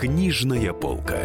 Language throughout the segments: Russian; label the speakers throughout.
Speaker 1: Книжная полка.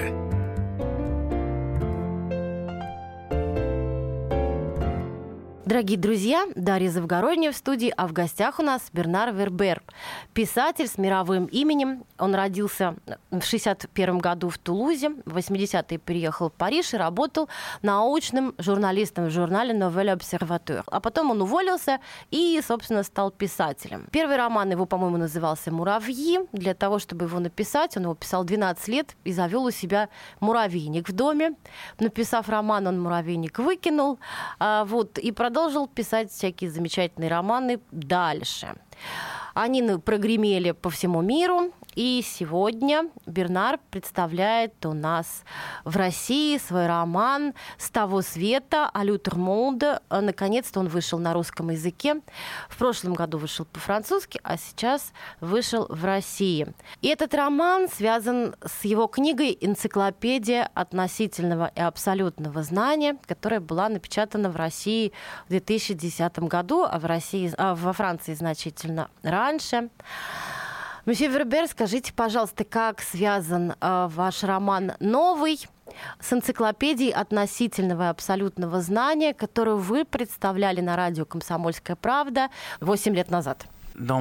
Speaker 2: Дорогие друзья, Дарья Завгородняя в студии, а в гостях у нас Бернар Вербер, писатель с мировым именем. Он родился в 1961 году в Тулузе, в 80-е переехал в Париж и работал научным журналистом в журнале «Новель Обсерватор». А потом он уволился и, собственно, стал писателем. Первый роман его, по-моему, назывался «Муравьи». Для того, чтобы его написать, он его писал 12 лет и завел у себя муравейник в доме. Написав роман, он муравейник выкинул, и продолжил писать всякие замечательные романы дальше. Они прогремели по всему миру, и сегодня Бернар представляет у нас в России свой роман «С того света» «À l'autre monde». Наконец-то он вышел на русском языке. В прошлом году вышел по-французски, а сейчас вышел в России. И этот роман связан с его книгой «Энциклопедия относительного и абсолютного знания», которая была напечатана в России в 2010 году, во Франции значительно раньше. Месье Вербер, скажите, пожалуйста, как связан ваш роман «Новый» с энциклопедией относительного и абсолютного знания, которую вы представляли на радио «Комсомольская правда» 8 лет назад?
Speaker 3: На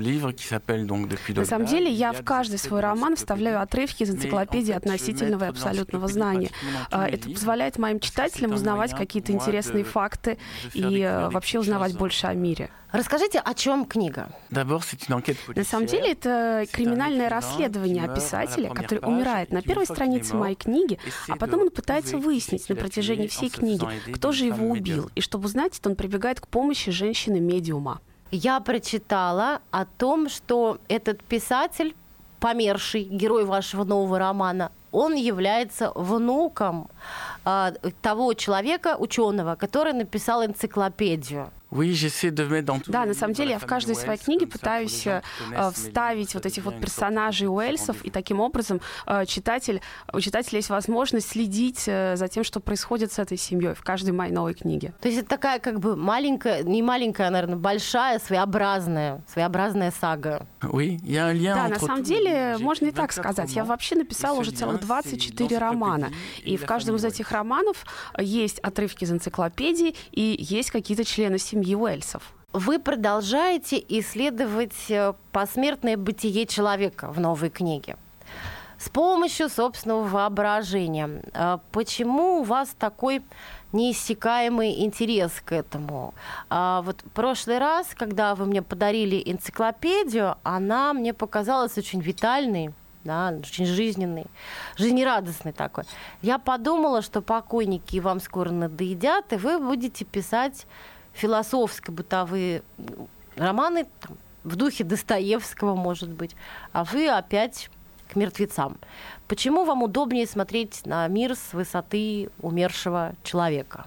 Speaker 3: самом деле, я в каждый свой роман вставляю отрывки из энциклопедии относительного и абсолютного знания. Это позволяет моим читателям узнавать какие-то интересные факты и вообще узнавать больше о мире.
Speaker 2: Расскажите, о чем книга?
Speaker 3: На самом деле, это криминальное расследование о писателе, который умирает на первой странице моей книги, а потом он пытается выяснить на протяжении всей книги, кто же его убил. И чтобы узнать это, он прибегает к помощи женщины-медиума.
Speaker 2: Я прочитала о том, что этот писатель, померший, герой вашего нового романа, он является внуком того человека, ученого, который написал энциклопедию.
Speaker 3: Да, на самом деле я в каждой своей книге пытаюсь вставить вот этих вот персонажей Уэльсов, и таким образом у читателя есть возможность следить за тем, что происходит с этой семьей в каждой моей новой книге.
Speaker 2: То есть это такая как бы маленькая, не маленькая, наверное, большая, своеобразная сага.
Speaker 3: Да, на самом деле можно и так сказать. Я вообще написала уже целых 24 романа, и в каждом из этих романов есть отрывки из энциклопедии и есть какие-то члены семьи Уэльсов.
Speaker 2: Вы продолжаете исследовать посмертное бытие человека в новой книге с помощью собственного воображения. Почему у вас такой неиссякаемый интерес к этому? Вот в прошлый раз, когда вы мне подарили энциклопедию, она мне показалась очень витальной, да, очень жизнерадостный такой. Я подумала, что покойники вам скоро надоедят, и вы будете писать философско-бытовые романы там, в духе Достоевского, может быть, а вы опять к мертвецам. Почему вам удобнее смотреть на мир с высоты умершего человека?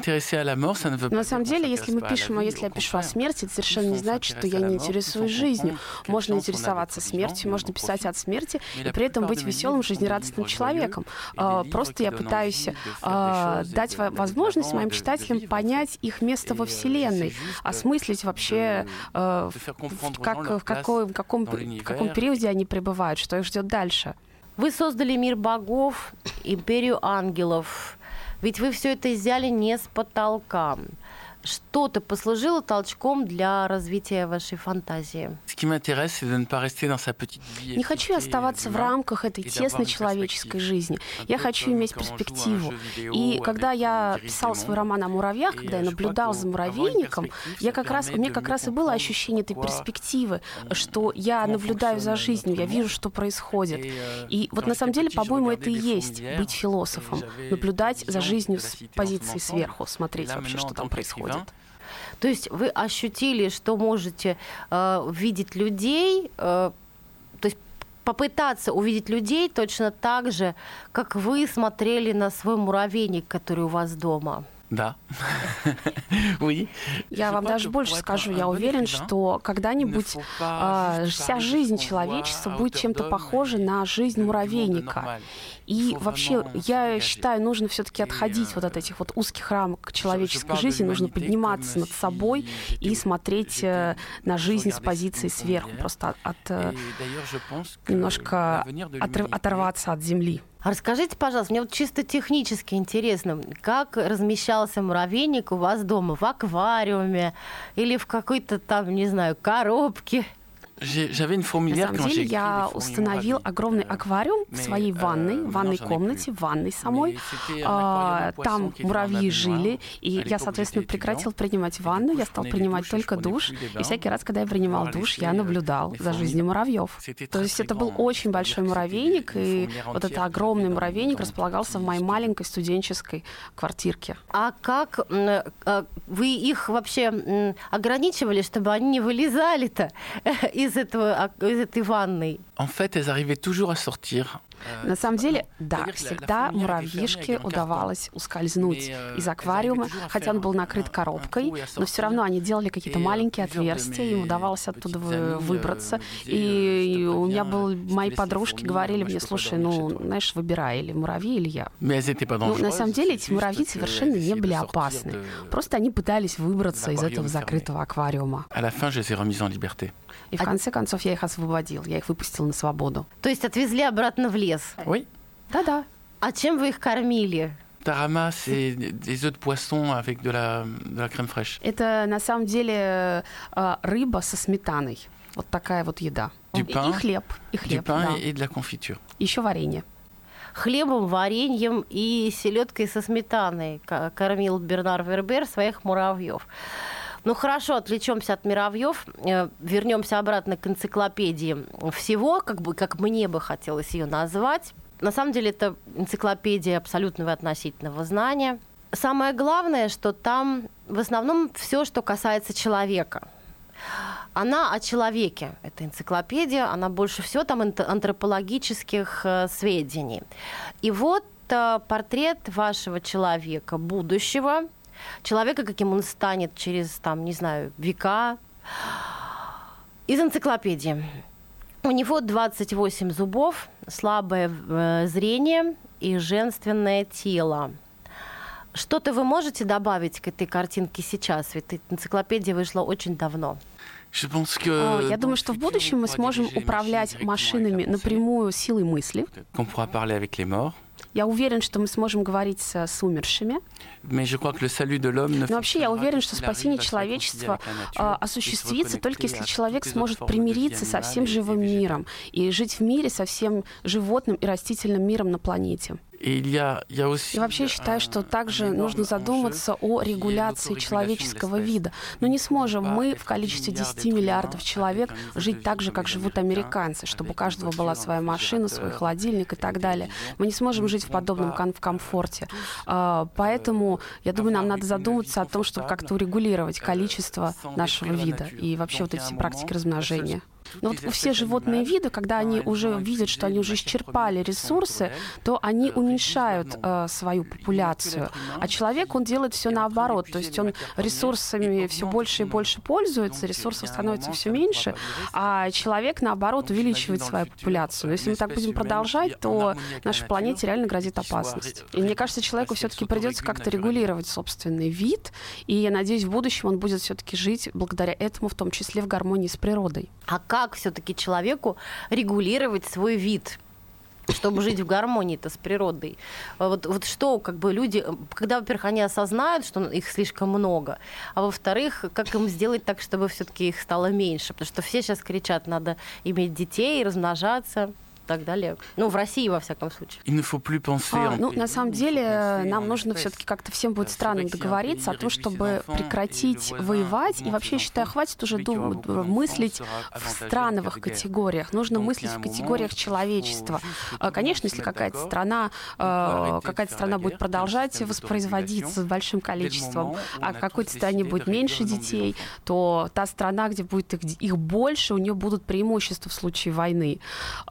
Speaker 3: На самом деле, если я пишу о смерти, это совершенно не значит, что я не интересуюсь жизнью. Можно интересоваться смертью, можно писать от смерти и при этом быть веселым, жизнерадостным человеком. Просто я пытаюсь дать возможность моим читателям понять их место во Вселенной, осмыслить вообще, в каком периоде они пребывают, что их ждет дальше.
Speaker 2: Вы создали мир богов, империю ангелов. Ведь вы все это взяли не с потолка. Что-то послужило толчком для развития вашей фантазии?
Speaker 3: Не хочу оставаться в рамках этой тесной человеческой жизни. Я хочу иметь перспективу. И когда я писала свой роман о муравьях, когда я наблюдал за муравейником, у меня как раз и было ощущение этой перспективы, что я наблюдаю за жизнью, я вижу, что происходит. И вот на самом деле, по-моему, это и есть быть философом. Наблюдать за жизнью с позиции сверху, смотреть вообще, что там происходит.
Speaker 2: То есть вы ощутили, что можете видеть людей, то есть попытаться увидеть людей точно так же, как вы смотрели на свой муравейник, который у вас дома?
Speaker 1: Да. Oui.
Speaker 3: Я вам даже больше скажу. Я уверен, что когда-нибудь вся жизнь человечества будет чем-то похожа на жизнь муравейника. И вообще, я считаю, нужно все-таки отходить вот от этих вот узких рамок человеческой жизни, нужно подниматься над собой и смотреть на жизнь с позиции сверху, просто немножко оторваться от земли.
Speaker 2: Расскажите, пожалуйста, мне вот чисто технически интересно, как размещался муравейник у вас дома? В аквариуме или в какой-то там, не знаю, коробке?
Speaker 3: На самом деле я установил огромный аквариум в своей ванной комнате, в ванной самой. Там муравьи жили, и я, соответственно, прекратил принимать ванну, я стал принимать только душ. И всякий раз, когда я принимал душ, я наблюдал за жизнью муравьев. То есть это был очень большой муравейник, и вот этот огромный муравейник располагался в моей маленькой студенческой квартирке.
Speaker 2: А как вы их вообще ограничивали, чтобы они не вылезали-то из этой ванной?
Speaker 1: En fait, elles arrivaient toujours à sortir.
Speaker 3: На самом деле, да, всегда муравьишке удавалось ускользнуть из аквариума, хотя он был накрыт коробкой, но все равно они делали какие-то маленькие отверстия, им удавалось оттуда выбраться. И у меня мои подружки говорили мне: слушай, знаешь, выбирай, или муравьи, или я. На самом деле эти муравьи совершенно не были опасны. Просто они пытались выбраться из этого закрытого аквариума. И в конце концов я их освободил, я их выпустил на свободу.
Speaker 2: То есть отвезли обратно в лес?
Speaker 1: Oui.
Speaker 3: Да-да.
Speaker 2: А чем вы их кормили?
Speaker 1: Tarama, c'est des œufs de poisson avec de la crème fraîche.
Speaker 3: Это на самом деле рыба со сметаной. Вот такая вот еда. И хлеб.
Speaker 1: Du pain et de la confiture.
Speaker 3: Еще варенье.
Speaker 2: Хлебом, вареньем и селедкой со сметаной кормил Бернар Вербер своих муравьев. Ну хорошо, отвлечемся от муравьев, вернемся обратно к энциклопедии всего, как мне бы хотелось ее назвать. На самом деле это энциклопедия абсолютного относительного знания. Самое главное, что там в основном все, что касается человека. Она о человеке, эта энциклопедия, она больше всего там антропологических сведений. И вот портрет вашего человека, будущего, человека, каким он станет через, века, из энциклопедии. У него 28 зубов, слабое зрение и женственное тело. Что-то вы можете добавить к этой картинке сейчас? Ведь энциклопедия вышла очень давно.
Speaker 3: Я думаю, что в будущем мы сможем управлять машинами напрямую силой мысли. Я уверен, что мы сможем говорить с умершими. Но вообще я уверен, что спасение человечества осуществится только если человек сможет примириться со всем живым миром и жить в мире со всем животным и растительным миром на планете. И вообще считаю, что также нужно задуматься о регуляции человеческого вида. Но не сможем мы в количестве 10 миллиардов человек жить так же, как живут американцы, чтобы у каждого была своя машина, свой холодильник и так далее. Мы не сможем жить в подобном комфорте. Поэтому, я думаю, нам надо задуматься о том, чтобы как-то урегулировать количество нашего вида и вообще вот эти все практики размножения. Но вот все животные виды, когда они уже видят, что они уже исчерпали ресурсы, то они уменьшают свою популяцию. А человек, он делает все наоборот. То есть он ресурсами все больше и больше пользуется, ресурсов становится все меньше, а человек, наоборот, увеличивает свою популяцию. Но если мы так будем продолжать, то нашей планете реально грозит опасность. И мне кажется, человеку все-таки придется как-то регулировать собственный вид. И я надеюсь, в будущем он будет все-таки жить благодаря этому, в том числе в гармонии с природой.
Speaker 2: А как все-таки человеку регулировать свой вид, чтобы жить в гармонии-то с природой? Вот что, люди, когда, во-первых, они осознают, что их слишком много, а во-вторых, как им сделать так, чтобы все-таки их стало меньше? Потому что все сейчас кричат, надо иметь детей, размножаться. И так далее. В России, во всяком случае.
Speaker 3: На самом деле, нам нужно все-таки как-то всем будет странно договориться о том, чтобы прекратить воевать. И вообще, я считаю, хватит уже мыслить в страновых категориях. Нужно мыслить в категориях человечества. Конечно, если какая-то страна будет продолжать воспроизводиться с большим количеством, а в какой-то стране будет меньше детей, то та страна, где будет их больше, у нее будут преимущества в случае войны. Но вообще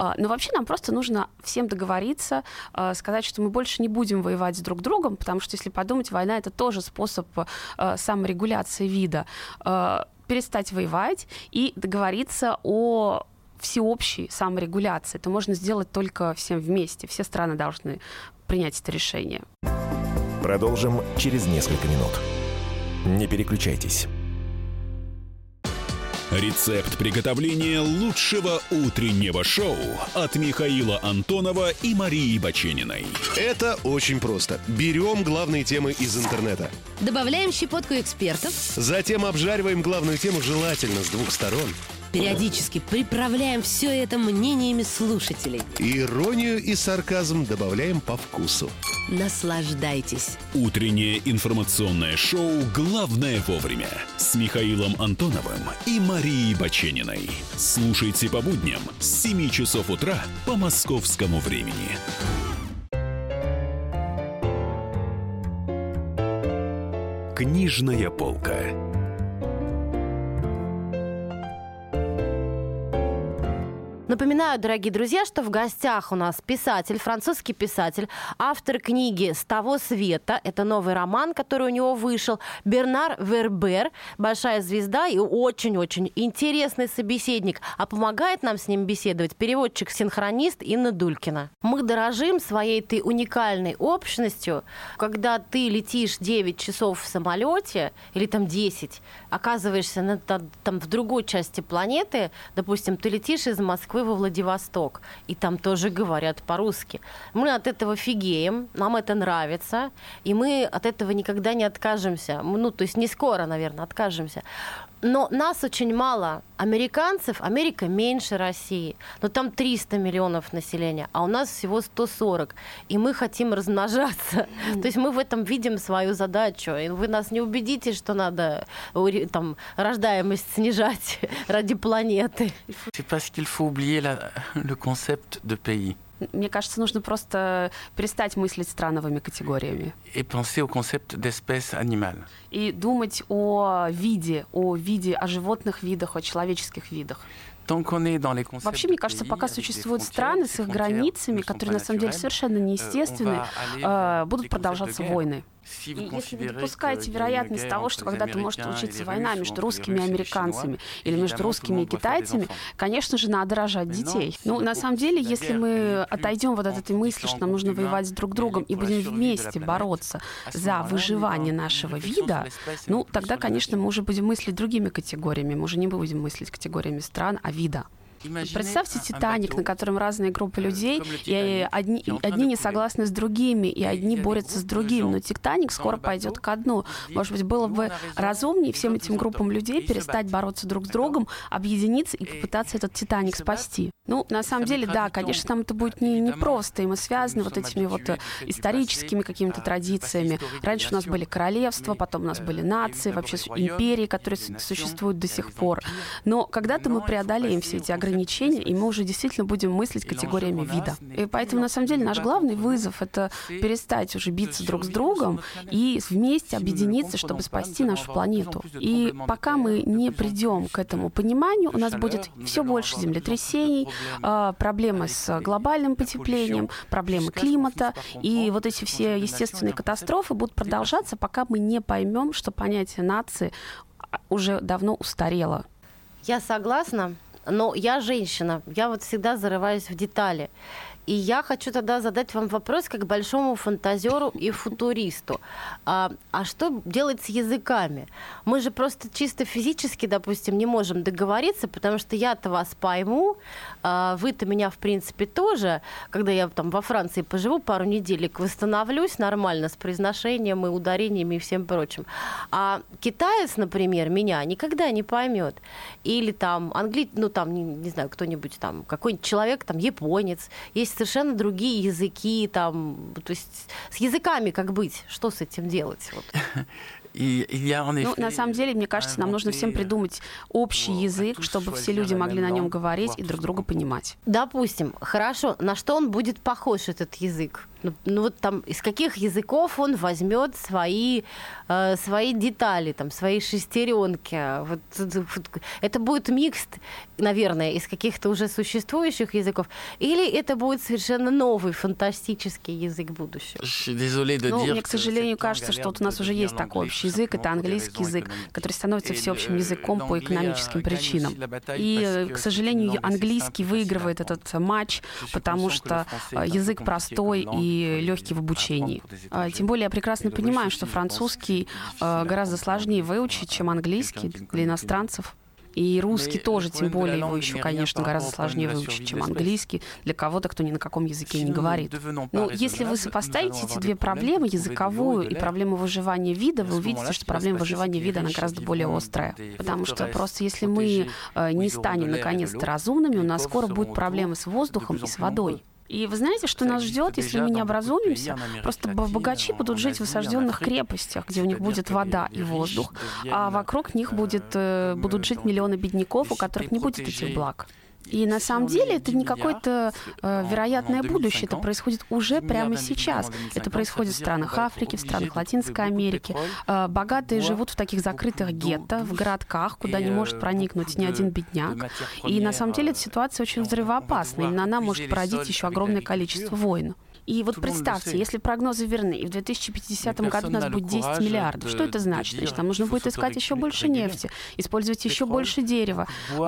Speaker 3: вообще нам просто нужно всем договориться, сказать, что мы больше не будем воевать с друг другом, потому что, если подумать, война — это тоже способ саморегуляции вида. Перестать воевать и договориться о всеобщей саморегуляции. Это можно сделать только всем вместе. Все страны должны принять это решение.
Speaker 4: Продолжим через несколько минут. Не переключайтесь.
Speaker 5: Рецепт приготовления лучшего утреннего шоу от Михаила Антонова и Марии Бачениной.
Speaker 6: Это очень просто. Берем главные темы из интернета.
Speaker 7: Добавляем щепотку экспертов.
Speaker 6: Затем обжариваем главную тему желательно с двух сторон.
Speaker 7: Периодически приправляем все это мнениями слушателей.
Speaker 6: Иронию и сарказм добавляем по вкусу.
Speaker 7: Наслаждайтесь.
Speaker 5: Утреннее информационное шоу «Главное вовремя» с Михаилом Антоновым и Марией Бачениной. Слушайте по будням с 7 часов утра по московскому времени. Книжная полка.
Speaker 2: Напоминаю, дорогие друзья, что в гостях у нас писатель, французский писатель, автор книги «С того света». Это новый роман, который у него вышел. Бернар Вербер, большая звезда и очень-очень интересный собеседник. А помогает нам с ним беседовать переводчик-синхронист Инна Дулькина. Мы дорожим своей этой уникальной общностью, когда ты летишь 9 часов в самолете, или там 10, оказываешься там в другой части планеты, допустим, ты летишь из Москвы во Владивосток, и там тоже говорят по-русски. Мы от этого фигеем, нам это нравится, и мы от этого никогда не откажемся. То есть не скоро, наверное, откажемся. Но нас очень мало. Американцев, Америка меньше России, но там 300 миллионов населения, а у нас всего 140, и мы хотим размножаться. То есть мы в этом видим свою задачу. И вы нас не убедите, что надо там рождаемость снижать ради планеты. Мне кажется, нужно просто перестать мыслить страновыми категориями. И думать о виде, о животных видах, о человеческих видах. Вообще, мне кажется, пока существуют страны с их границами, которые на самом деле совершенно неестественны, будут продолжаться войны. И если вы допускаете вероятность того, что когда-то может случиться война между русскими и американцами или между русскими и китайцами, конечно же, надо рожать детей. На самом деле, если мы отойдем от этой мысли, что нам нужно воевать с друг другом и будем вместе бороться за выживание нашего вида, тогда, конечно, мы уже будем мыслить другими категориями. Мы уже не будем мыслить категориями стран, а вида. Представьте «Титаник», на котором разные группы людей, и одни не согласны с другими, и одни борются с другими. Но «Титаник» скоро пойдет ко дну. Может быть, было бы разумнее всем этим группам людей перестать бороться друг с другом, объединиться и попытаться этот «Титаник» спасти. На самом деле, да, конечно, нам это будет непросто, и мы связаны этими историческими какими-то традициями. Раньше у нас были королевства, потом у нас были нации, вообще империи, которые существуют до сих пор. Но когда-то мы преодолеем все эти ограничения, и мы уже действительно будем мыслить категориями вида. И поэтому, на самом деле, наш главный вызов — это перестать уже биться друг с другом и вместе объединиться, чтобы спасти нашу планету. И пока мы не придем к этому пониманию, у нас будет все больше землетрясений, проблемы с глобальным потеплением, проблемы климата, и эти все естественные катастрофы будут продолжаться, пока мы не поймем, что понятие нации уже давно устарело. Я согласна. Но я женщина, я всегда зарываюсь в детали. И я хочу тогда задать вам вопрос как большому фантазеру и футуристу. А что делать с языками? Мы же просто чисто физически, допустим, не можем договориться, потому что я-то вас пойму, вы-то меня, в принципе, тоже. Когда я там во Франции поживу пару неделек, восстановлюсь нормально с произношением и ударениями и всем прочим. А китаец, например, меня никогда не поймет. Или там не знаю, кто-нибудь там, какой-нибудь человек, там, японец. Есть совершенно другие языки, там, то есть с языками как быть? Что с этим делать?
Speaker 3: На самом деле, мне кажется, нам нужно всем придумать общий язык, чтобы все люди могли на нем говорить и друг друга понимать.
Speaker 2: Допустим, хорошо, на что он будет похож, этот язык? Ну вот там из каких языков он возьмет свои детали, там, свои шестеренки. Вот, это будет микс, наверное, из каких-то уже существующих языков, или это будет совершенно новый, фантастический язык будущего?
Speaker 3: Мне, к сожалению, кажется, что вот у нас уже есть такой общий язык, это английский язык, который становится всеобщим языком по экономическим причинам. И, к сожалению, английский выигрывает этот матч, потому что язык простой и легкий в обучении. Тем более я прекрасно понимаю, что французский гораздо сложнее выучить, чем английский для иностранцев. И русский тоже, тем более, его еще, конечно, гораздо сложнее выучить, чем английский, для кого-то, кто ни на каком языке не говорит. Но если вы сопоставите эти две проблемы, языковую и проблему выживания вида, вы увидите, что проблема выживания вида, она гораздо более острая. Потому что просто если мы не станем, наконец-то, разумными, у нас скоро будут проблемы с воздухом и с водой. И вы знаете, что нас ждет, если мы не образумимся? Просто богачи будут жить в осажденных крепостях, где у них будет вода и воздух, а вокруг них будут жить миллионы бедняков, у которых не будет этих благ. И на самом деле это не какое-то вероятное будущее, это происходит уже прямо сейчас. Это происходит в странах Африки, в странах Латинской Америки. Богатые живут в таких закрытых гетто, в городках, куда не может проникнуть ни один бедняк. И на самом деле эта ситуация очень взрывоопасна. Именно она может породить еще огромное количество войн. И вот представьте, если прогнозы верны, и в 2050 году у нас будет 10 миллиардов, что это значит? Значит, нам нужно будет искать еще больше нефти, использовать еще больше дерева,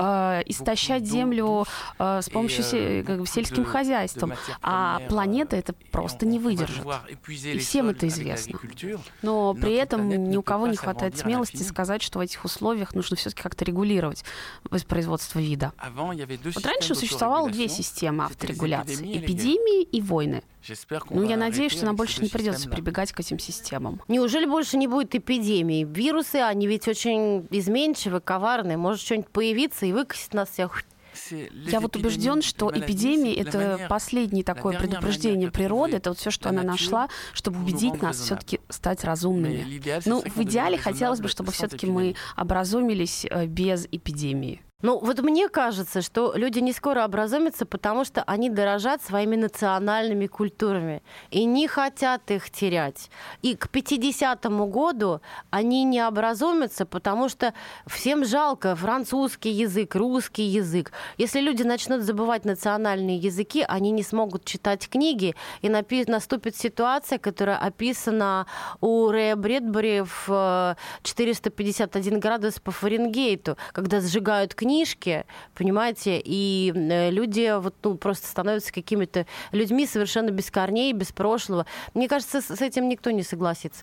Speaker 3: истощать землю с помощью сельским хозяйством. А планета это просто не выдержит. И всем это известно. Но при этом ни у кого не хватает смелости сказать, что в этих условиях нужно все-таки как-то регулировать воспроизводство вида. Вот раньше существовало две системы авторегуляции – эпидемии и войны. Ну, я надеюсь, что нам больше не придется прибегать к этим системам.
Speaker 2: Неужели больше не будет эпидемий? Вирусы, они ведь очень изменчивы, коварные. Может что-нибудь появиться и выкосить нас всех?
Speaker 3: Я вот убежден, что эпидемии — это последнее такое предупреждение природы, это вот все, что она нашла, чтобы убедить нас все-таки стать разумными. Ну, в идеале хотелось бы, чтобы все-таки мы образумились без эпидемии.
Speaker 2: Ну, вот мне кажется, что люди не скоро образумятся, потому что они дорожат своими национальными культурами и не хотят их терять. И к 50-му году они не образумятся, потому что всем жалко французский язык, русский язык. Если люди начнут забывать национальные языки, они не смогут читать книги, и наступит ситуация, которая описана у Рэя Брэдбери в 451 градус по Фаренгейту, когда сжигают книжки, понимаете, и люди вот, просто становятся какими-то людьми совершенно без корней, без прошлого. Мне кажется, с этим никто не согласится.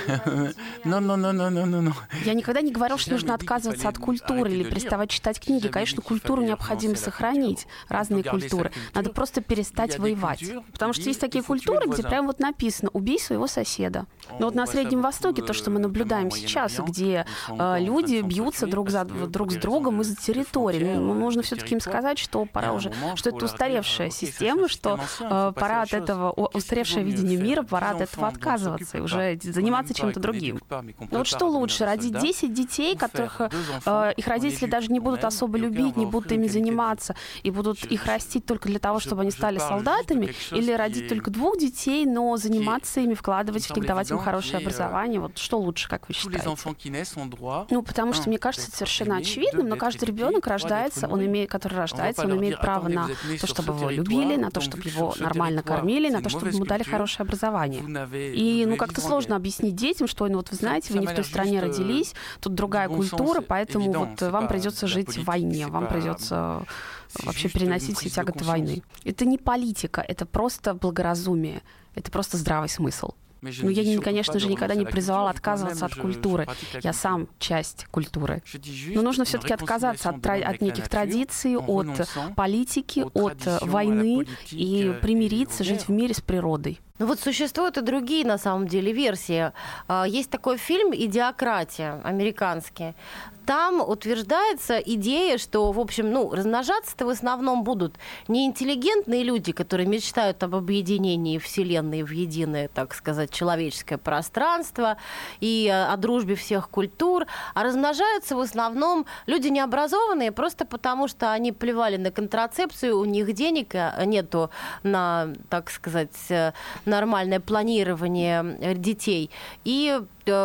Speaker 3: Я никогда не говорила, что нужно отказываться от культуры или переставать читать книги. Конечно, культуру необходимо сохранить, разные культуры. Надо просто перестать воевать. Потому что есть такие культуры, где прямо вот написано «убей своего соседа». Но вот на Среднем Востоке, то, что мы наблюдаем сейчас, где люди бьются друг с другом из-за территории. Нужно все-таки им сказать, что пора уже, что это устаревшая система, что пора от этого, устаревшее видение мира, пора от этого отказываться и уже заниматься чем-то другим. Но вот что лучше, родить 10 детей, которых их родители даже не будут особо любить, не будут ими заниматься, и будут их растить только для того, чтобы они стали солдатами, или родить только 2 детей, но заниматься ими, вкладывать в них, давать им хорошее образование. Вот что лучше, как вы считаете? Ну, потому что, мне кажется, это совершенно очевидным, но каждый ребенок, который рождается, он имеет право на то, чтобы его любили, на то, чтобы его нормально кормили, на то, чтобы ему дали хорошее образование. И, как-то сложно объяснить детям, что, вот вы знаете, вы не в той стране родились, тут другая культура, поэтому вот вам придется жить в войне, вам придется вообще переносить все тяготы войны. Это не политика, это просто благоразумие, это просто здравый смысл. Но я, конечно же, никогда не призывала отказываться от культуры. Я сам часть культуры. Но нужно все-таки отказаться от неких традиций, от политики, от войны и примириться, жить в мире с природой.
Speaker 2: Ну вот существуют и другие, на самом деле, версии. Есть такой фильм «Идиократия», американский. там утверждается идея, что, в общем, размножаться-то в основном будут неинтеллигентные люди, которые мечтают об объединении Вселенной в единое, так сказать, человеческое пространство и о дружбе всех культур, а размножаются в основном люди необразованные просто потому, что они плевали на контрацепцию, у них денег нету на, так сказать, нормальное планирование детей. И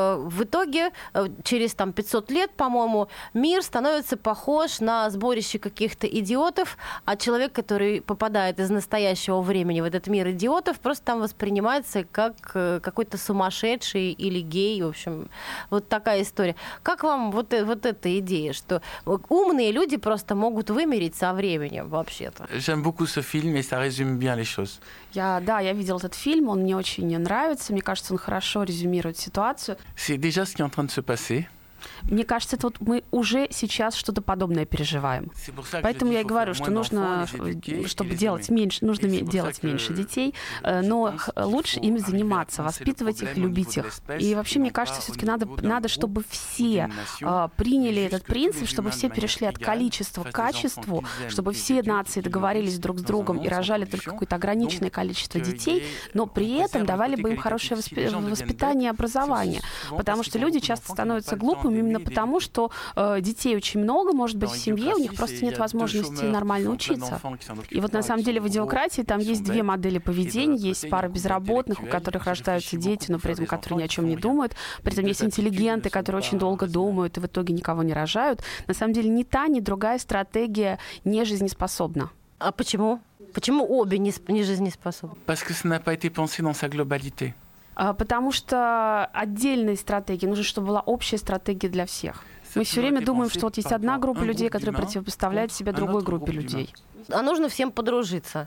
Speaker 2: в итоге через 500 лет, по-моему, мир становится похож на сборище каких-то идиотов, а человек, который попадает из настоящего времени в этот мир идиотов, просто там воспринимается как какой-то сумасшедший или гей. В общем, вот такая история. Как вам вот эта идея, что умные люди просто могут вымереть со временем вообще-то?
Speaker 1: J'aime beaucoup ce film et ça résume bien les choses.
Speaker 3: Я видел этот фильм, он мне очень нравится. Мне кажется, он хорошо резюмирует ситуацию.
Speaker 1: C'est déjà ce qui est en train de se passer.
Speaker 3: Мне кажется, это мы уже сейчас что-то подобное переживаем. Поэтому я и говорю, что нужно, чтобы делать меньше, нужно делать меньше детей, но лучше ими заниматься, воспитывать их, любить их. И вообще, мне кажется, все-таки надо, чтобы все приняли этот принцип, чтобы все перешли от количества к качеству, чтобы все нации договорились друг с другом и рожали только какое-то ограниченное количество детей, но при этом давали бы им хорошее воспитание и образование. Потому что люди часто становятся глупыми именно потому, что детей очень много, может быть, в семье, у них просто нет возможности нормально учиться. И вот на самом деле в идиократии там есть две модели поведения. Есть пара безработных, у которых рождаются дети, но при этом которые ни о чем не думают. При этом есть интеллигенты, которые очень долго думают и в итоге никого не рожают. На самом деле ни та, ни другая стратегия не жизнеспособна.
Speaker 2: А почему? Почему обе не жизнеспособны?
Speaker 1: Parce que ça n'a pas été pensé dans sa globalité.
Speaker 3: Потому что отдельные стратегии, нужно, чтобы была общая стратегия для всех. Мы все время думаем, что вот есть одна группа людей, которая противопоставляет себя другой группе людей.
Speaker 2: А нужно всем подружиться?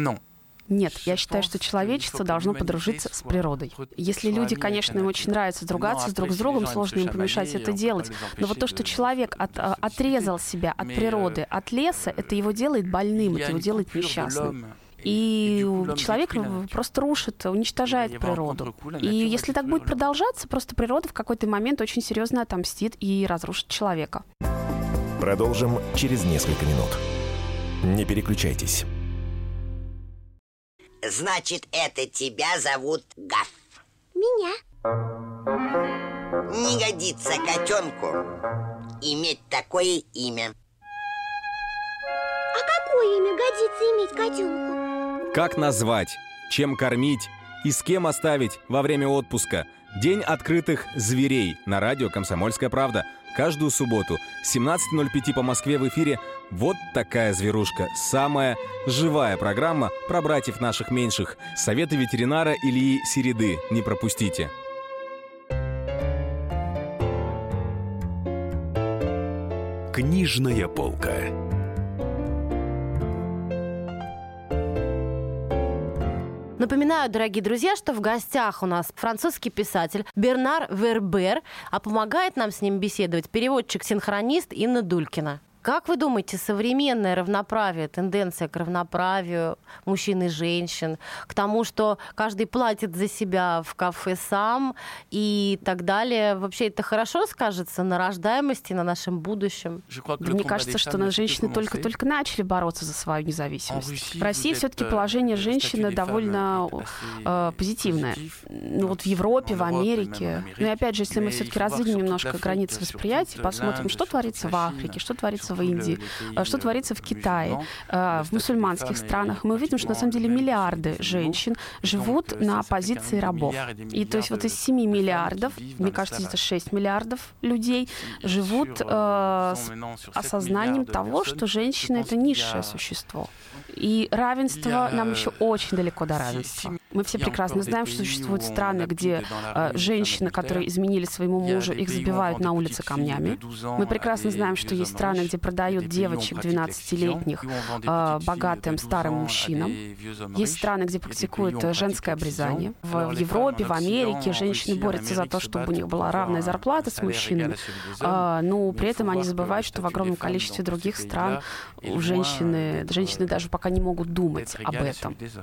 Speaker 3: Нет, я считаю, что человечество должно подружиться с природой. Если люди, конечно, им очень нравится другаться друг с другом, сложно им помешать это делать. Но вот то, что человек отрезал себя от природы, от леса, это его делает больным, это его делает несчастным. И человек просто рушит, уничтожает природу. И если так будет продолжаться, просто природа в какой-то момент очень серьезно отомстит и разрушит человека.
Speaker 4: Продолжим через несколько минут. Не переключайтесь.
Speaker 8: Значит, это тебя зовут Гав?
Speaker 9: Меня.
Speaker 8: Не годится котенку иметь такое имя.
Speaker 9: А какое имя годится иметь котенку?
Speaker 10: Как назвать, чем кормить и с кем оставить во время отпуска? День открытых зверей на радио «Комсомольская правда». Каждую субботу с 17:05 по Москве в эфире «Вот такая зверушка». Самая живая программа про братьев наших меньших. Советы ветеринара Ильи Середы. Не пропустите.
Speaker 5: Книжная полка.
Speaker 2: Напоминаю, дорогие друзья, что в гостях у нас французский писатель Бернар Вербер, а помогает нам с ним беседовать переводчик-синхронист Инна Дулькина. Как вы думаете, современное равноправие, тенденция к равноправию мужчин и женщин, к тому, что каждый платит за себя в кафе сам и так далее, вообще это хорошо скажется на рождаемости, на нашем будущем?
Speaker 3: Мне кажется, что женщины только начали бороться за свою независимость. В России все-таки положение женщины довольно позитивное. Ну, вот в Европе, в Америке. Ну и опять же, если мы все-таки раздвинем немножко границы восприятия, посмотрим, что творится в Африке, что творится в Индии, что творится в Китае, в мусульманских странах, мы увидим, что на самом деле миллиарды женщин живут на позиции рабов. И то есть вот из 7 миллиардов, мне кажется, где-то 6 миллиардов людей живут с осознанием того, что женщина — это низшее существо. И равенство, нам еще очень далеко до равенства. Мы все прекрасно знаем, что существуют страны, где женщины, которые изменили своему мужу, их забивают на улице камнями. Мы прекрасно знаем, что есть страны, где продают девочек 12-летних богатым старым мужчинам. Есть страны, где практикуют женское обрезание. В Европе, в Америке женщины борются за то, чтобы у них была равная зарплата с мужчинами. Но при этом они забывают, что в огромном количестве других стран женщины даже пока не могут думать об этом.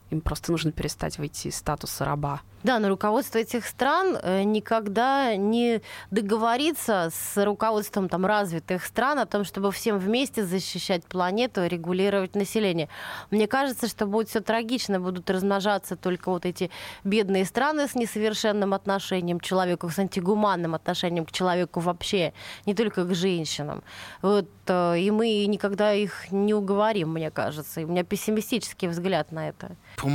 Speaker 3: Им просто нужно перестать выйти из статуса раба.
Speaker 2: Да, но руководство этих стран никогда не договорится с руководством там, развитых стран о том, чтобы всем вместе защищать планету и регулировать население. Мне кажется, что будет все трагично, будут размножаться только вот эти бедные страны с несовершенным отношением к человеку, с антигуманным отношением к человеку вообще, не только к женщинам. Вот, и мы никогда их не уговорим, мне кажется. И у меня пессимистический взгляд на это.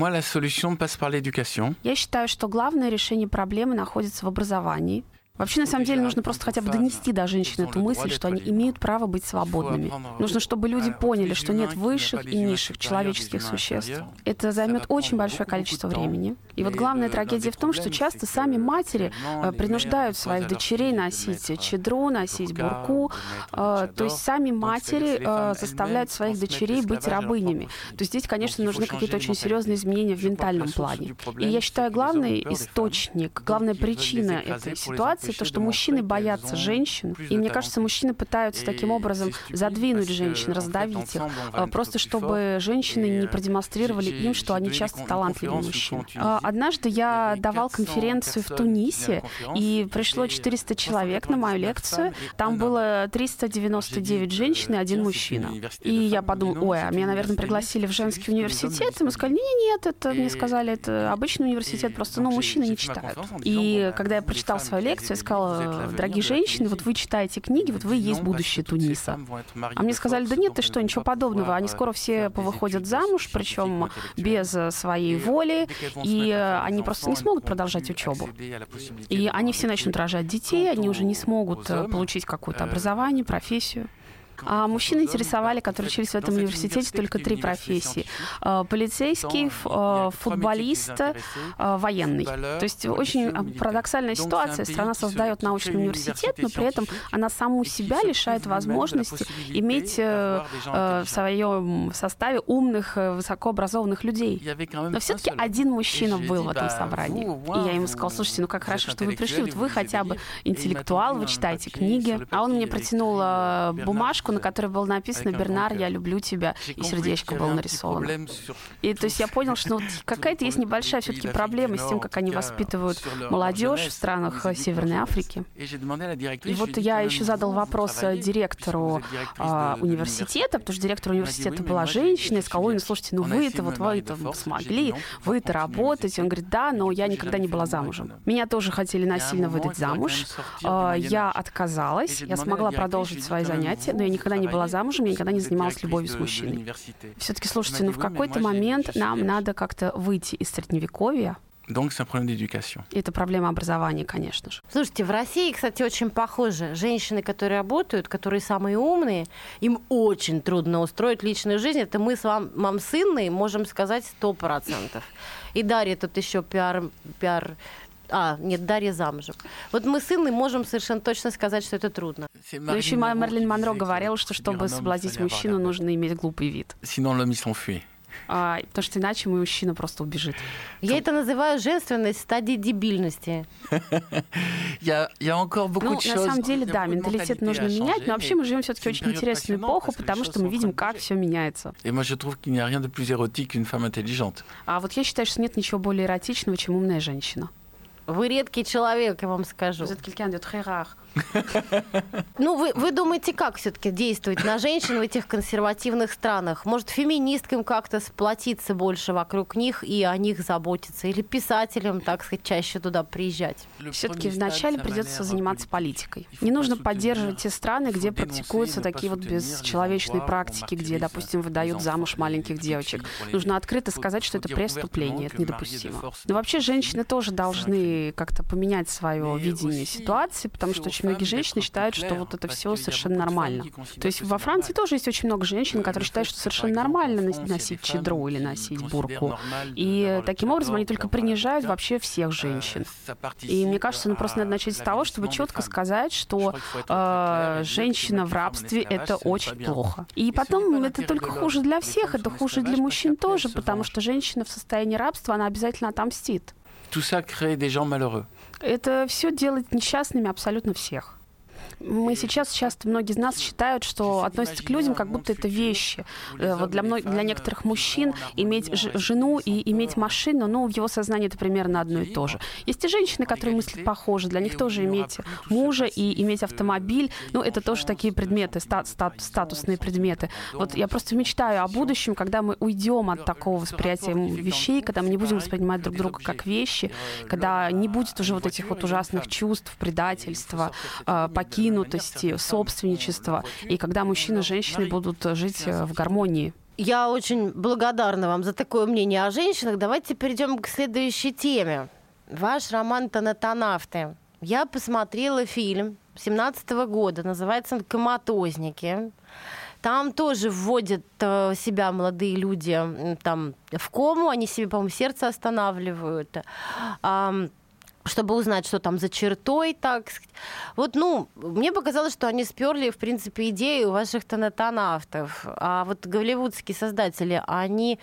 Speaker 3: Я считаю, что главное решение проблемы находится в образовании. Вообще, на самом деле, нужно просто хотя бы донести до женщин эту мысль, что они имеют право быть свободными. Нужно, чтобы люди поняли, что нет высших и низших человеческих существ. Это займет очень большое количество времени. И вот главная трагедия в том, что часто сами матери принуждают своих дочерей носить чадру, носить бурку. То есть сами матери заставляют своих дочерей быть рабынями. То есть здесь, конечно, нужны какие-то очень серьезные изменения в ментальном плане. И я считаю, главный источник, главная причина этой ситуации то, что мужчины боятся женщин, и мне кажется, мужчины пытаются таким образом задвинуть женщин, раздавить их, просто чтобы женщины не продемонстрировали им, что они часто талантливее мужчин. Однажды я давал конференцию в Тунисе, и пришло 400 человек на мою лекцию, там было 399 женщин и 1 мужчина. И я подумала, ой, а меня, наверное, пригласили в женский университет, и мы сказали, нет, это мне сказали, это обычный университет, просто, мужчины не читают. И когда я прочитал свою лекцию, я сказала, дорогие женщины, вот вы читаете книги, вот вы и есть будущее Туниса. А мне сказали, да нет, ты что, ничего подобного, они скоро все повыходят замуж, причем без своей воли, и они просто не смогут продолжать учебу. И они все начнут рожать детей, они уже не смогут получить какое-то образование, профессию. А мужчин интересовали, которые учились в этом университете, только 3 профессии. Полицейский, футболист, военный. То есть очень парадоксальная ситуация. Страна создает научный университет, но при этом она саму себя лишает возможности иметь в своем составе умных, высокообразованных людей. Но все-таки 1 мужчина был в этом собрании. И я ему сказала, слушайте, как хорошо, что вы пришли. Вот вы хотя бы интеллектуал, вы читаете книги. А он мне протянул бумажку, на которой было написано «Бернар, я люблю тебя», и сердечко было нарисовано. И то есть я понял, что какая-то есть небольшая все-таки проблема с тем, как они воспитывают молодежь в странах Северной Африки. И вот я еще задал вопрос директору университета, потому что директор университета была женщина, и сказала, ой, слушайте, вы это смогли, вы это работаете. Он говорит, да, но я никогда не была замужем. Меня тоже хотели насильно выдать замуж. Я отказалась, я смогла продолжить свои занятия, но я никогда не была замужем, я никогда не занималась любовью с мужчиной. Все-таки, слушайте, в какой-то момент нам надо как-то выйти из средневековья. Это проблема образования, конечно же.
Speaker 2: Слушайте, в России, кстати, очень похоже. Женщины, которые работают, которые самые умные, им очень трудно устроить личную жизнь. Это мы с вами с Инной можем сказать 100%. И Дарья тут еще пиар... нет, Дарья замужем. Вот мы с Инной можем совершенно точно сказать, что это трудно.
Speaker 3: Но еще Мэрилин Монро говорила, что чтобы соблазнить мужчину, нужно иметь глупый вид. Потому что иначе мужчина просто убежит.
Speaker 2: Я это называю женственность в стадии дебильности.
Speaker 3: На самом деле, да, менталитет нужно менять, но вообще мы живем все-таки очень интересную эпоху, потому что мы видим, как все меняется. А вот я считаю, что нет ничего более эротичного, чем умная женщина.
Speaker 2: Вы редкий человек, я вам скажу. Вы думаете, как все-таки действовать на женщин в этих консервативных странах? Может, феминисткам как-то сплотиться больше вокруг них и о них заботиться? Или писателям, так сказать, чаще туда приезжать?
Speaker 3: Все-таки вначале придется заниматься политикой. Не нужно поддерживать те страны, где практикуются такие вот бесчеловечные практики, где, допустим, выдают замуж маленьких девочек. Нужно открыто сказать, что это преступление, это недопустимо. Но вообще женщины тоже должны как-то поменять свое видение ситуации, потому что очень многие женщины считают, что вот это все совершенно нормально. То есть во Франции тоже есть очень много женщин, которые считают, что совершенно нормально носить чадру или носить бурку. И таким образом они только принижают вообще всех женщин. И мне кажется, просто надо начать с того, чтобы четко сказать, что женщина в рабстве — это очень плохо. И потом это только хуже для всех, это хуже для мужчин тоже, потому что женщина в состоянии рабства, она обязательно отомстит. Это все делает несчастными абсолютно всех. Мы сейчас часто, многие из нас считают, что относятся к людям, как будто это вещи. Вот для некоторых мужчин иметь жену и иметь машину, ну, в его сознании это примерно одно и то же. Есть и женщины, которые мыслят похоже. Для них тоже иметь мужа и иметь автомобиль, ну, это тоже такие предметы, статусные предметы. Вот я просто мечтаю о будущем, когда мы уйдем от такого восприятия вещей, когда мы не будем воспринимать друг друга как вещи, когда не будет уже вот этих вот ужасных чувств, предательства, покинутости, собственничества, и когда мужчины и женщины будут жить в гармонии.
Speaker 2: Я очень благодарна вам за такое мнение о женщинах. Давайте перейдем к следующей теме. Ваш роман «Танатонавты». Я посмотрела фильм 2017 года, называется он «Коматозники». Там тоже вводят себя молодые люди там, в кому, они себе, по-моему, сердце останавливают, чтобы узнать, что там за чертой, так сказать. Вот, ну, мне показалось, что они сперли, в принципе, идею ваших танатонавтов. А вот голливудские создатели, они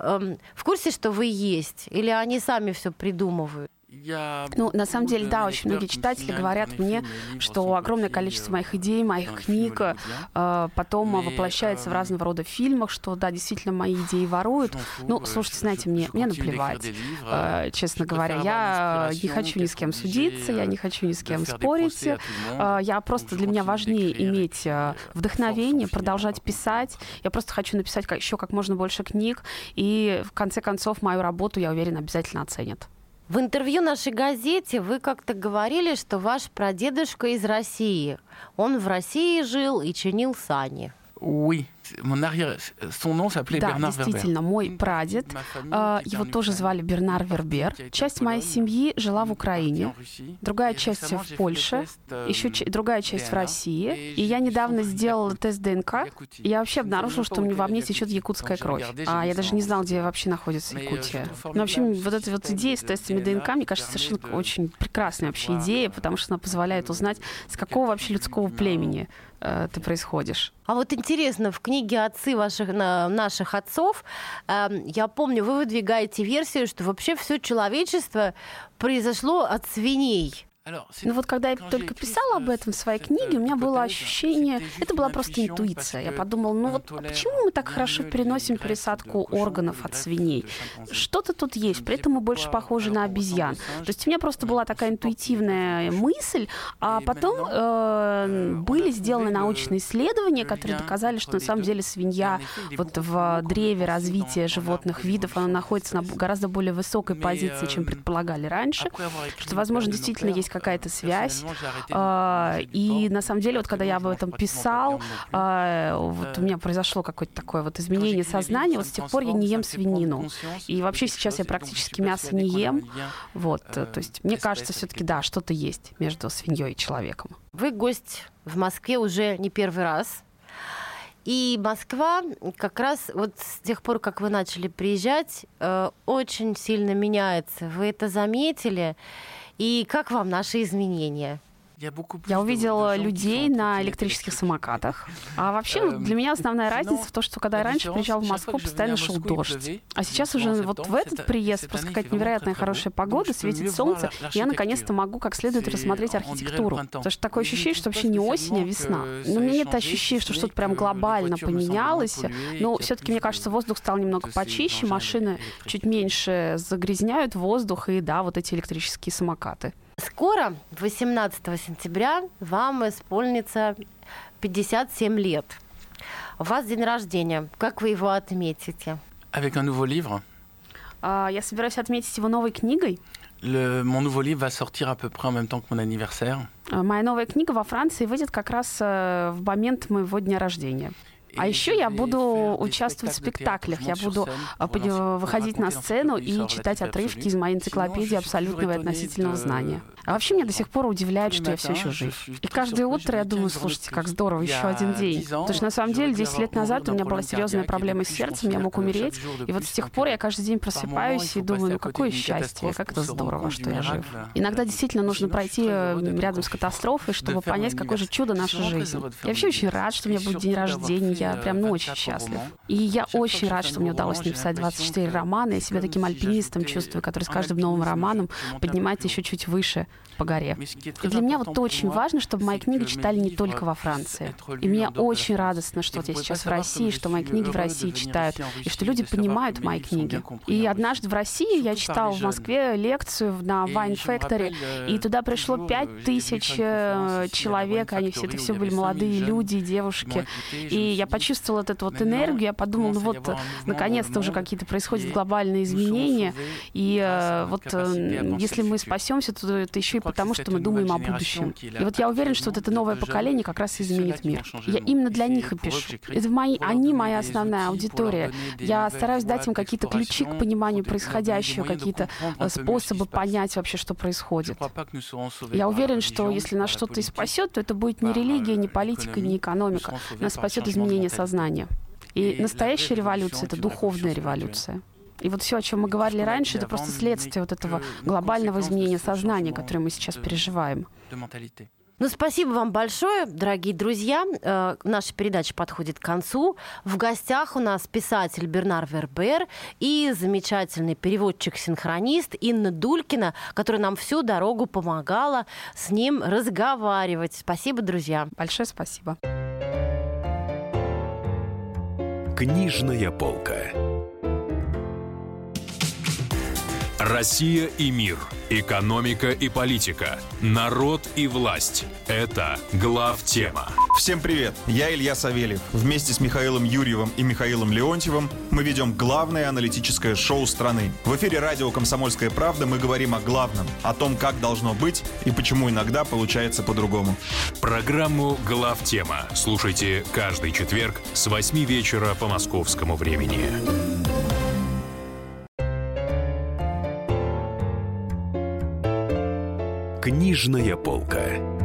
Speaker 2: в курсе, что вы есть? Или они сами все придумывают?
Speaker 3: Ну, на самом деле, да, очень многие читатели говорят мне, что огромное количество моих идей, моих книг потом воплощается в разного рода фильмах, что, да, действительно, мои идеи воруют. Ну, слушайте, знаете, мне наплевать, честно говоря. Я не хочу ни с кем судиться, я не хочу ни с кем спорить. Я просто, для меня важнее иметь вдохновение, продолжать писать. Я просто хочу написать еще как можно больше книг, и, в конце концов, мою работу, я уверена, обязательно оценят.
Speaker 2: В интервью нашей газете вы как-то говорили, что ваш прадедушка из России. Он в России жил и чинил сани.
Speaker 1: Oui. Да,
Speaker 3: действительно, мой прадед, его тоже звали Бернар Вербер. Часть моей семьи жила в Украине, другая часть в Польше, еще другая часть в России. И я недавно сделала тест ДНК, и я вообще обнаружила, что во мне течет якутская кровь. А я даже не знала, где вообще находится Якутия. Но, в общем, вот эта вот идея с тестами ДНК, мне кажется, совершенно очень прекрасная вообще идея, потому что она позволяет узнать, с какого вообще людского племени ты происходишь.
Speaker 2: А вот интересно, в книге «Отцы наших отцов», я помню, вы выдвигаете версию, что вообще все человечество произошло от свиней.
Speaker 3: Ну вот когда я только писала об этом в своей книге, у меня было ощущение, это была просто интуиция. Я подумала, ну вот почему мы так хорошо переносим пересадку органов от свиней? Что-то тут есть, при этом мы больше похожи на обезьян. То есть у меня просто была такая интуитивная мысль, а потом были сделаны научные исследования, которые доказали, что на самом деле свинья вот в древе развития животных видов, она находится на гораздо более высокой позиции, чем предполагали раньше, что, возможно, действительно есть какая-то связь. И на самом деле, вот когда я об этом писал, вот у меня произошло какое-то такое вот изменение сознания. Вот с тех пор я не ем свинину. И вообще сейчас я практически мясо не ем. Вот, то есть мне кажется, все-таки, да, что-то есть между свиньей и человеком.
Speaker 2: Вы гость в Москве уже не первый раз. И Москва как раз вот с тех пор, как вы начали приезжать, очень сильно меняется. Вы это заметили? И как вам наши изменения?
Speaker 3: Я увидела людей на электрических самокатах. А вообще для меня основная разница в том, что когда я раньше приезжала в Москву, постоянно шел дождь. А сейчас уже вот в этот приезд просто какая-то невероятная хорошая погода, светит солнце, и я наконец-то могу как следует рассмотреть архитектуру. Потому что такое ощущение, что вообще не осень, а весна. Но у меня нет ощущения, что что-то прям глобально поменялось. Но все-таки, мне кажется, воздух стал немного почище, машины чуть меньше загрязняют воздух, и да, вот эти электрические самокаты.
Speaker 2: Скоро, 18 сентября, вам исполнится 57 лет. У вас день рождения. Как вы его отметите?
Speaker 1: Avec un nouveau livre.
Speaker 3: Я собираюсь отметить его новой книгой.
Speaker 1: Mon nouveau livre va sortir à peu près en même temps que mon anniversaire.
Speaker 3: Моя новая книга во Франции выйдет как раз в момент моего дня рождения. А еще я буду участвовать в спектаклях. Я буду выходить на сцену и читать отрывки из моей энциклопедии абсолютного и относительного знания. А вообще меня до сих пор удивляет, что я все еще жив. И каждое утро я думаю, слушайте, как здорово, еще один день. Потому что на самом деле 10 лет назад у меня была серьезная проблема с сердцем, я мог умереть. И вот с тех пор я каждый день просыпаюсь и думаю, ну какое счастье, как это здорово, что я жив. Иногда действительно нужно пройти рядом с катастрофой, чтобы понять, какое же чудо наша жизнь. Я вообще очень рад, что у меня будет день рождения. я прям очень счастлив. И я очень рад, что мне удалось написать 24 романа. Я себя таким альпинистом чувствую, который с каждым новым романом поднимается еще чуть выше по горе. И для меня вот очень важно, чтобы мои книги читали не только во Франции. И мне очень радостно, что вот я сейчас в России, что мои книги в России читают, и что люди понимают мои книги. И однажды в России я читала в Москве лекцию на Wine Factory, и туда пришло 5000 человек, это все были молодые люди, девушки. И я почувствовала вот эту вот энергию, я подумала, ну вот, наконец-то уже какие-то происходят глобальные изменения, и вот если мы спасемся, то это еще и потому, что мы думаем о будущем. И вот я уверена, что вот это новое поколение как раз изменит мир. Я именно для них и пишу. Они моя основная аудитория. Я стараюсь дать им какие-то ключи к пониманию происходящего, какие-то способы понять вообще, что происходит. Я уверен, что если нас что-то и спасет, то это будет не религия, не политика, не экономика. Нас спасет изменение сознания. И настоящая революция — это духовная революция. И вот все, о чем мы говорили раньше, это просто следствие вот этого глобального изменения сознания, которое мы сейчас переживаем.
Speaker 2: Ну, спасибо вам большое, дорогие друзья. Наша передача подходит к концу. В гостях у нас писатель Бернар Вербер и замечательный переводчик-синхронист Инна Дулькина, которая нам всю дорогу помогала с ним разговаривать. Спасибо, друзья.
Speaker 3: Большое спасибо.
Speaker 5: Книжная полка. Россия и мир. Экономика и политика. Народ и власть. Это главтема.
Speaker 11: Всем привет! Я Илья Савельев. Вместе с Михаилом Юрьевым и Михаилом Леонтьевым мы ведем главное аналитическое шоу страны. В эфире радио «Комсомольская правда» мы говорим о главном, о том, как должно быть и почему иногда получается по-другому.
Speaker 5: Программу «Главтема» слушайте каждый четверг с 8 вечера по московскому времени. Книжная полка.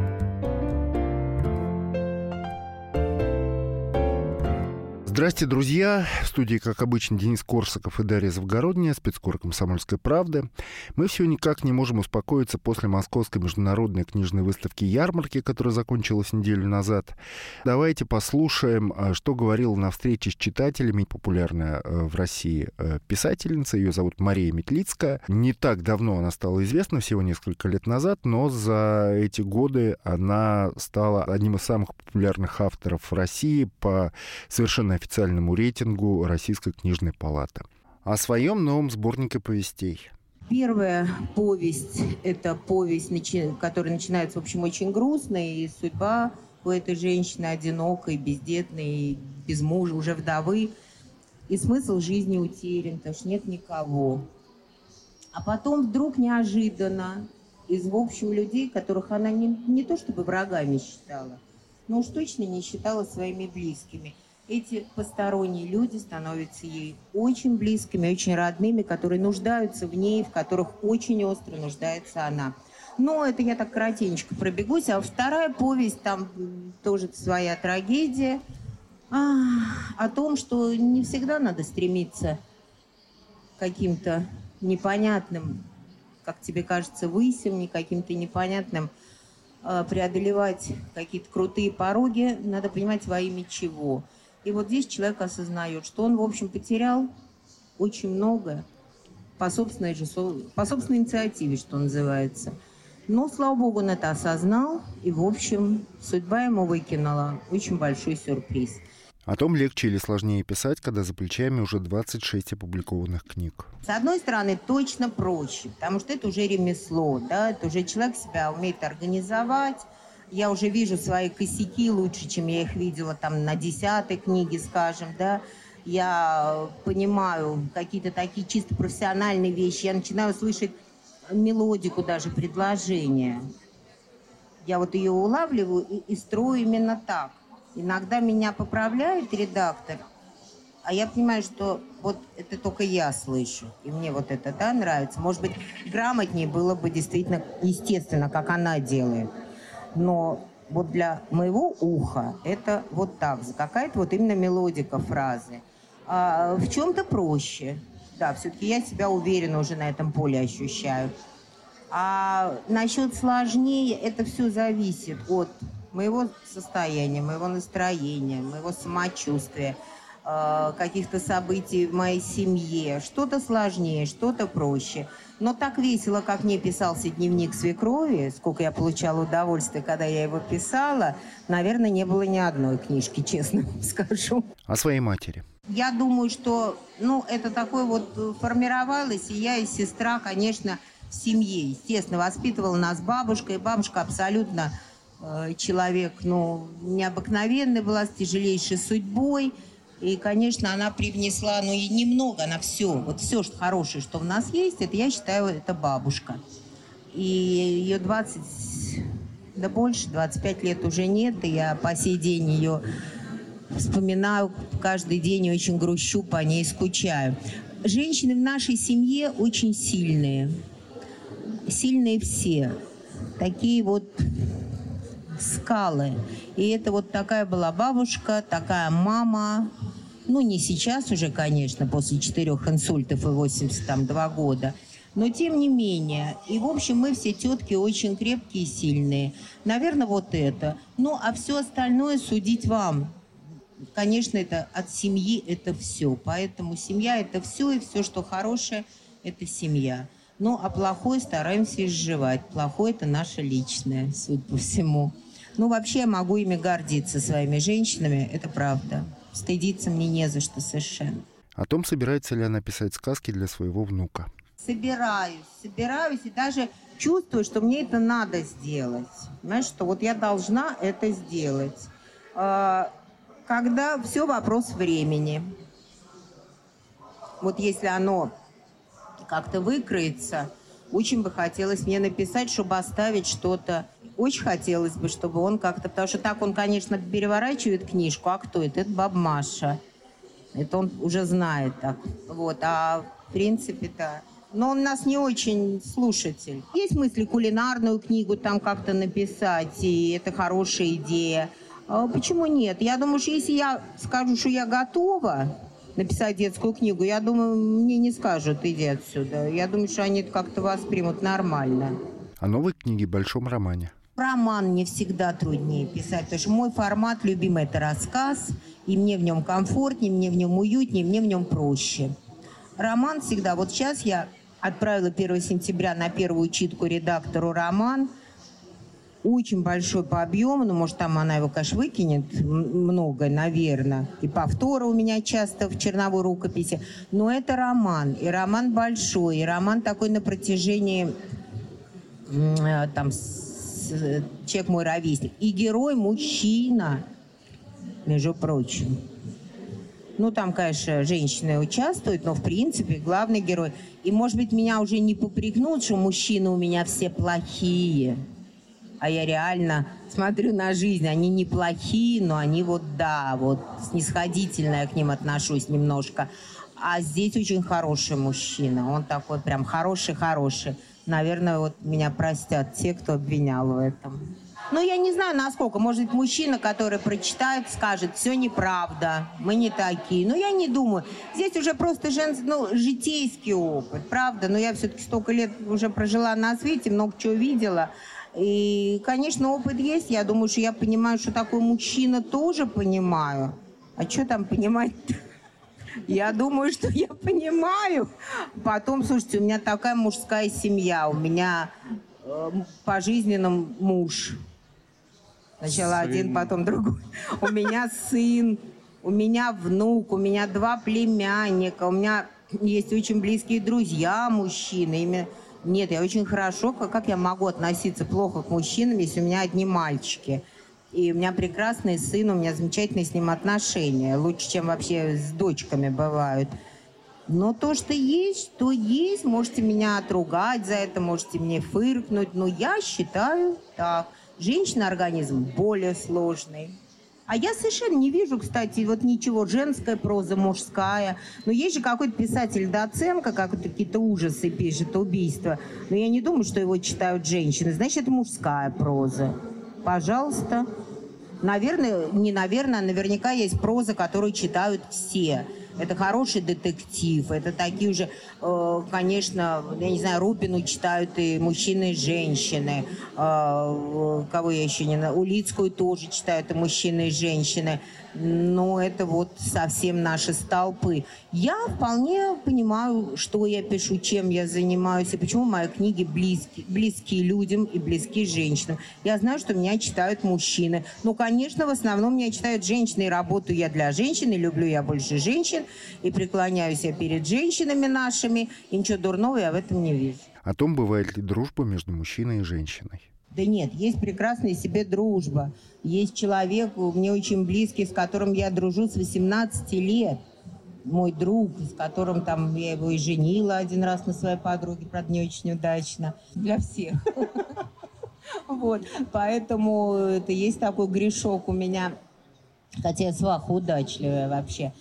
Speaker 12: Здравствуйте, друзья! В студии, как обычно, Денис Корсаков и Дарья Завгородняя, спецкор «Комсомольской правды». Мы все никак не можем успокоиться после Московской международной книжной выставки-ярмарки, которая закончилась неделю назад. Давайте послушаем, что говорила на встрече с читателями популярная в России писательница. Ее зовут Мария Метлицкая. Не так давно она стала известна, всего несколько лет назад, но за эти годы она стала одним из самых популярных авторов в России по совершенно официальному рейтингу Российской книжной палаты. О своем новом сборнике повестей.
Speaker 13: Первая повесть – это повесть, которая начинается, в общем, очень грустно, и судьба у этой женщины одинокой, бездетной, без мужа, уже вдовы, и смысл жизни утерян, потому что нет никого. А потом вдруг неожиданно из, в общем, людей, которых она не то чтобы врагами считала, но уж точно не считала своими близкими, эти посторонние люди становятся ей очень близкими, очень родными, которые нуждаются в ней, в которых очень остро нуждается она. Но это я так коротенько пробегусь. А вторая повесть, там тоже своя трагедия, о том, что не всегда надо стремиться к каким-то непонятным, как тебе кажется, высям, не каким-то непонятным, преодолевать какие-то крутые пороги. Надо понимать, во имя чего. И вот здесь человек осознает, что он, в общем, потерял очень многое по собственной инициативе, что называется. Но, слава богу, он это осознал, и, в общем, судьба ему выкинула очень большой сюрприз.
Speaker 12: О том, легче или сложнее писать, когда за плечами уже 26 опубликованных книг.
Speaker 13: С одной стороны, точно проще, потому что это уже ремесло, да, это уже человек себя умеет организовать. Я уже вижу свои косяки лучше, чем я их видела там на 10-й книге, скажем, да. Я понимаю какие-то такие чисто профессиональные вещи. Я начинаю слышать мелодику даже предложения. Я вот ее улавливаю и строю именно так. Иногда меня поправляет редактор, а я понимаю, что вот это только я слышу. И мне вот это, да, нравится. Может быть, грамотнее было бы действительно естественно, как она делает. Но вот для моего уха это вот так, какая-то вот именно мелодика фразы. А в чем-то проще. Да, все-таки я себя уверенно уже на этом поле ощущаю. А насчет сложнее, это все зависит от моего состояния, моего настроения, моего самочувствия, каких-то событий в моей семье. Что-то сложнее, что-то проще. Но так весело, как мне писался дневник свекрови, сколько я получала удовольствия, когда я его писала, наверное, не было ни одной книжки, честно вам скажу.
Speaker 12: О своей матери.
Speaker 13: Я думаю, что это такое вот формировалось, и я, и сестра, конечно, в семье. Естественно, воспитывала нас бабушка, и бабушка абсолютно человек, необыкновенный была, с тяжелейшей судьбой. И, конечно, она привнесла, и немного, она все что хорошее, что в нас есть, это, я считаю, это бабушка. И ее 25 лет уже нет, и я по сей день ее вспоминаю каждый день, и очень грущу по ней, скучаю. Женщины в нашей семье очень сильные. Сильные все. Такие вот скалы. И это вот такая была бабушка, такая мама. Не сейчас уже, конечно, после 4 инсультов и 82 года. Но тем не менее. И, в общем, мы все тетки очень крепкие и сильные. Наверное, вот это. А все остальное судить вам. Конечно, это от семьи это все. Поэтому семья это все, и все, что хорошее, это семья. А плохое стараемся изживать. Плохое это наше личное, судя по всему. Вообще я могу ими гордиться, своими женщинами, это правда. Стыдиться мне не за что совершенно.
Speaker 12: О том, собирается ли она писать сказки для своего внука.
Speaker 13: Собираюсь и даже чувствую, что мне это надо сделать. Знаешь, что вот я должна это сделать. Когда все вопрос времени. Вот если оно как-то выкроется, очень бы хотелось мне написать, чтобы оставить что-то. Очень хотелось бы, чтобы он как-то... Потому что так он, конечно, переворачивает книжку. А кто это? Это баба Маша. Это он уже знает так. А в принципе-то... Но он у нас не очень слушатель. Есть мысли кулинарную книгу там как-то написать, и это хорошая идея. Почему нет? Я думаю, что если я скажу, что я готова написать детскую книгу, я думаю, мне не скажут, иди отсюда. Я думаю, что они это как-то воспримут нормально.
Speaker 12: О новой книге «Большом романе».
Speaker 13: Роман мне всегда труднее писать, потому что мой формат любимый – это рассказ, и мне в нем комфортнее, мне в нем уютнее, мне в нем проще. Роман всегда... Вот сейчас я отправила 1 сентября на первую читку редактору роман. Очень большой по объему, может, там она его, конечно, выкинет много, наверное. И повторы у меня часто в черновой рукописи. Но это роман, и роман большой, и роман такой на протяжении... человек мой ровесник. И герой мужчина, между прочим. Там, конечно, женщины участвуют, но, в принципе, главный герой. И, может быть, меня уже не попрекнут, что мужчины у меня все плохие. А я реально смотрю на жизнь. Они неплохие, но они снисходительно я к ним отношусь немножко. А здесь очень хороший мужчина. Он такой прям хороший-хороший. Наверное, меня простят те, кто обвинял в этом. Я не знаю, насколько. Может быть, мужчина, который прочитает, скажет, все неправда, мы не такие. Я не думаю. Здесь уже просто житейский опыт, правда. Но я все-таки столько лет уже прожила на свете, много чего видела. И, конечно, опыт есть. Я думаю, что я понимаю, что такой мужчина тоже понимаю. А что там понимать-то? Я думаю, что я понимаю. Потом, слушайте, у меня такая мужская семья. У меня пожизненно муж. Сначала один, потом другой. У меня сын, у меня внук, у меня 2 племянника. У меня есть очень близкие друзья мужчины. Нет, я очень хорошо. Как я могу относиться плохо к мужчинам, если у меня одни мальчики? И у меня прекрасный сын, у меня замечательные с ним отношения. Лучше, чем вообще с дочками бывают. Но то, что есть, то есть. Можете меня отругать за это, можете мне фыркнуть. Но я считаю так. Женщина-организм более сложный. А я совершенно не вижу, кстати, ничего. Женская проза, мужская. Но есть же какой-то писатель Доценко, какие-то ужасы пишет, убийства. Но я не думаю, что его читают женщины. Значит, это мужская проза. Пожалуйста. Наверное, не наверное, а наверняка есть проза, которую читают все. Это хороший детектив, это такие уже, конечно, я не знаю, Рупину читают и мужчины, и женщины. Кого я еще не знаю, Улицкую тоже читают и мужчины, и женщины. Но это вот совсем наши столпы. Я вполне понимаю, что я пишу, чем я занимаюсь, и почему мои книги близки людям и близки женщинам. Я знаю, что меня читают мужчины. Ну, конечно, в основном меня читают женщины, и работаю я для женщин, и люблю я больше женщин, и преклоняюсь я перед женщинами нашими, и ничего дурного я в этом не вижу.
Speaker 12: О том, бывает ли дружба между мужчиной и женщиной.
Speaker 13: Да нет, есть прекрасная себе дружба. Есть человек, мне очень близкий, с которым я дружу с 18 лет. Мой друг, с которым там я его и женила один раз на своей подруге, правда, не очень удачно. Для всех. Вот, поэтому это есть такой грешок у меня. Хотя я сваха удачливая вообще.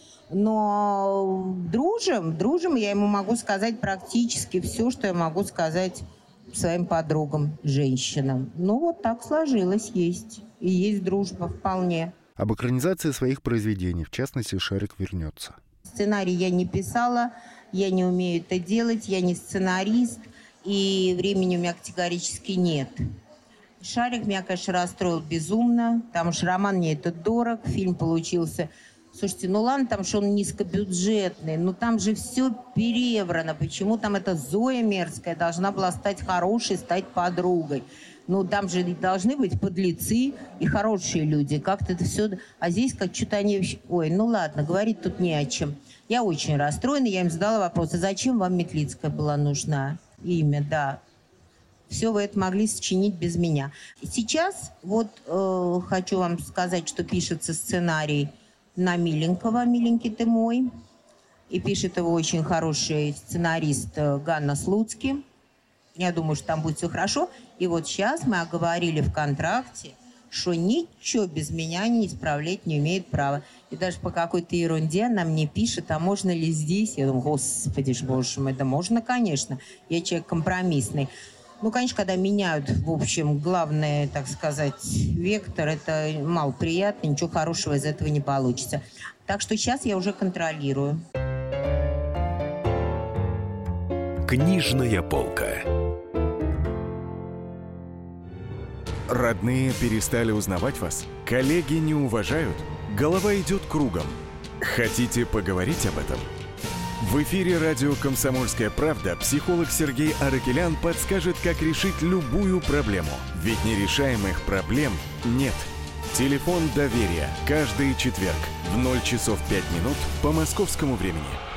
Speaker 13: Но дружим, я ему могу сказать практически все, что я могу сказать своим подругам, женщинам. Ну, вот так сложилось, есть. И есть дружба вполне.
Speaker 12: Об экранизации своих произведений, в частности, «Шарик вернется».
Speaker 13: Сценарий я не писала, я не умею это делать, я не сценарист, и времени у меня категорически нет. «Шарик» меня, конечно, расстроил безумно, потому что роман мне это дорог, фильм получился... Слушайте, ну ладно, там что он низкобюджетный, но там же все переврано. Почему там эта Зоя мерзкая должна была стать хорошей, стать подругой? Ну там же должны быть подлецы и хорошие люди. Как-то это все... А здесь как что-то они... Ой, ну ладно, говорить тут не о чем. Я очень расстроена, я им задала вопрос, а зачем вам Метлицкая была нужна? Имя, да. Все вы это могли сочинить без меня. Сейчас вот хочу вам сказать, что пишется сценарий на Миленького, «Миленький ты мой». И пишет его очень хороший сценарист Ганна Слуцкий. Я думаю, что там будет все хорошо. И вот сейчас мы оговорили в контракте, что ничего без меня не исправлять не имеет права. И даже по какой-то ерунде она мне пишет, а можно ли здесь? Я думаю, господи ж, боже мой, да можно, конечно. Я человек компромиссный. Ну, конечно, когда меняют, в общем, главный, так сказать, вектор, это мало приятно, ничего хорошего из этого не получится. Так что сейчас я уже контролирую.
Speaker 4: Книжная полка. Родные перестали узнавать вас? Коллеги не уважают? Голова идет кругом. Хотите поговорить об этом? В эфире радио «Комсомольская правда» психолог Сергей Аракелян подскажет, как решить любую проблему. Ведь нерешаемых проблем нет. Телефон доверия. Каждый четверг в 0 часов 5 минут по московскому времени.